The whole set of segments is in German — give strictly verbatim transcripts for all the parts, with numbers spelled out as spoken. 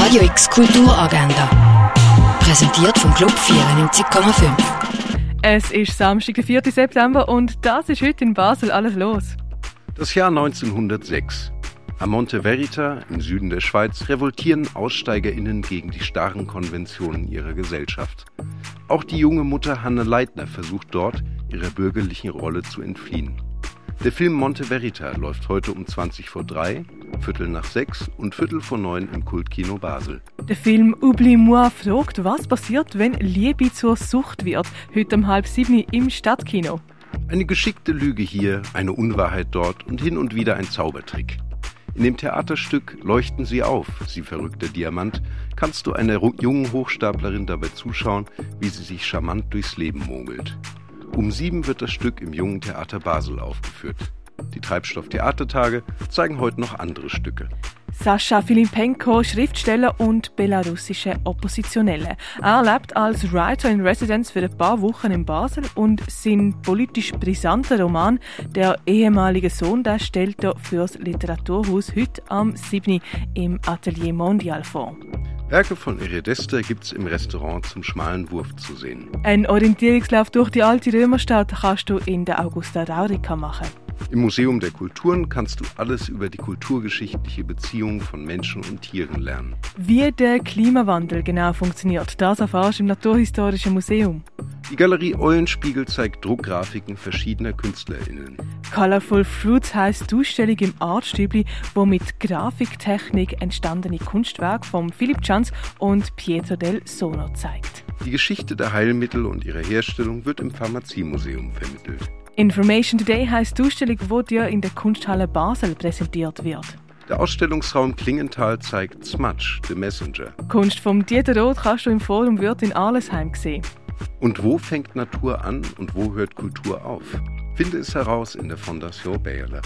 Radio X Kulturagenda. Präsentiert vom Club vierundneunzig Komma fünf. Es ist Samstag, der vierten September und das ist heute in Basel alles los. Das Jahr neunzehnhundertsechs. Am Monte Verita im Süden der Schweiz revoltieren AussteigerInnen gegen die starren Konventionen ihrer Gesellschaft. Auch die junge Mutter Hanne Leitner versucht dort, ihrer bürgerlichen Rolle zu entfliehen. Der Film Monte Verita läuft heute um zwanzig vor drei, Viertel nach sechs und Viertel vor neun im Kultkino Basel. Der Film Oublie-moi fragt, was passiert, wenn Liebe zur Sucht wird, heute um halb sieben im Stadtkino. Eine geschickte Lüge hier, eine Unwahrheit dort und hin und wieder ein Zaubertrick. In dem Theaterstück Leuchten Sie auf, Sie verrückter Diamant, kannst du einer jungen Hochstaplerin dabei zuschauen, wie sie sich charmant durchs Leben mogelt. Um sieben wird das Stück im Jungen Theater Basel aufgeführt. Die Treibstoff-Theatertage zeigen heute noch andere Stücke. Sascha Filipenko, Schriftsteller und belarussische Oppositionelle. Er lebt als Writer in Residence für ein paar Wochen in Basel und sein politisch brisanter Roman «Der ehemalige Sohn» der stellt er fürs Literaturhaus heute am siebten im Atelier Mondial vor. Werke von Eredester gibt's im Restaurant zum schmalen Wurf zu sehen. Ein Orientierungslauf durch die alte Römerstadt kannst du in der Augusta Raurica machen. Im Museum der Kulturen kannst du alles über die kulturgeschichtliche Beziehung von Menschen und Tieren lernen. Wie der Klimawandel genau funktioniert, das erfährst du im Naturhistorischen Museum. Die Galerie Eulenspiegel zeigt Druckgrafiken verschiedener KünstlerInnen. Colorful Fruits heisst die Ausstellung im Artstübli, wo mit Grafiktechnik entstandene Kunstwerke von Philipp Chanz und Pietro del Sono zeigt. Die Geschichte der Heilmittel und ihrer Herstellung wird im Pharmaziemuseum vermittelt. Information Today heisst die Ausstellung, die dir in der Kunsthalle Basel präsentiert wird. Der Ausstellungsraum Klingenthal zeigt Smudge, The Messenger. Kunst vom Dieter Roth kannst du im Forum Wirth in Arlesheim sehen. Und wo fängt Natur an und wo hört Kultur auf? Finde es heraus in der Fondation Bayerler.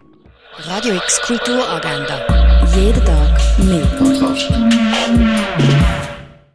Radio X Kulturagenda. Jeden Tag mehr.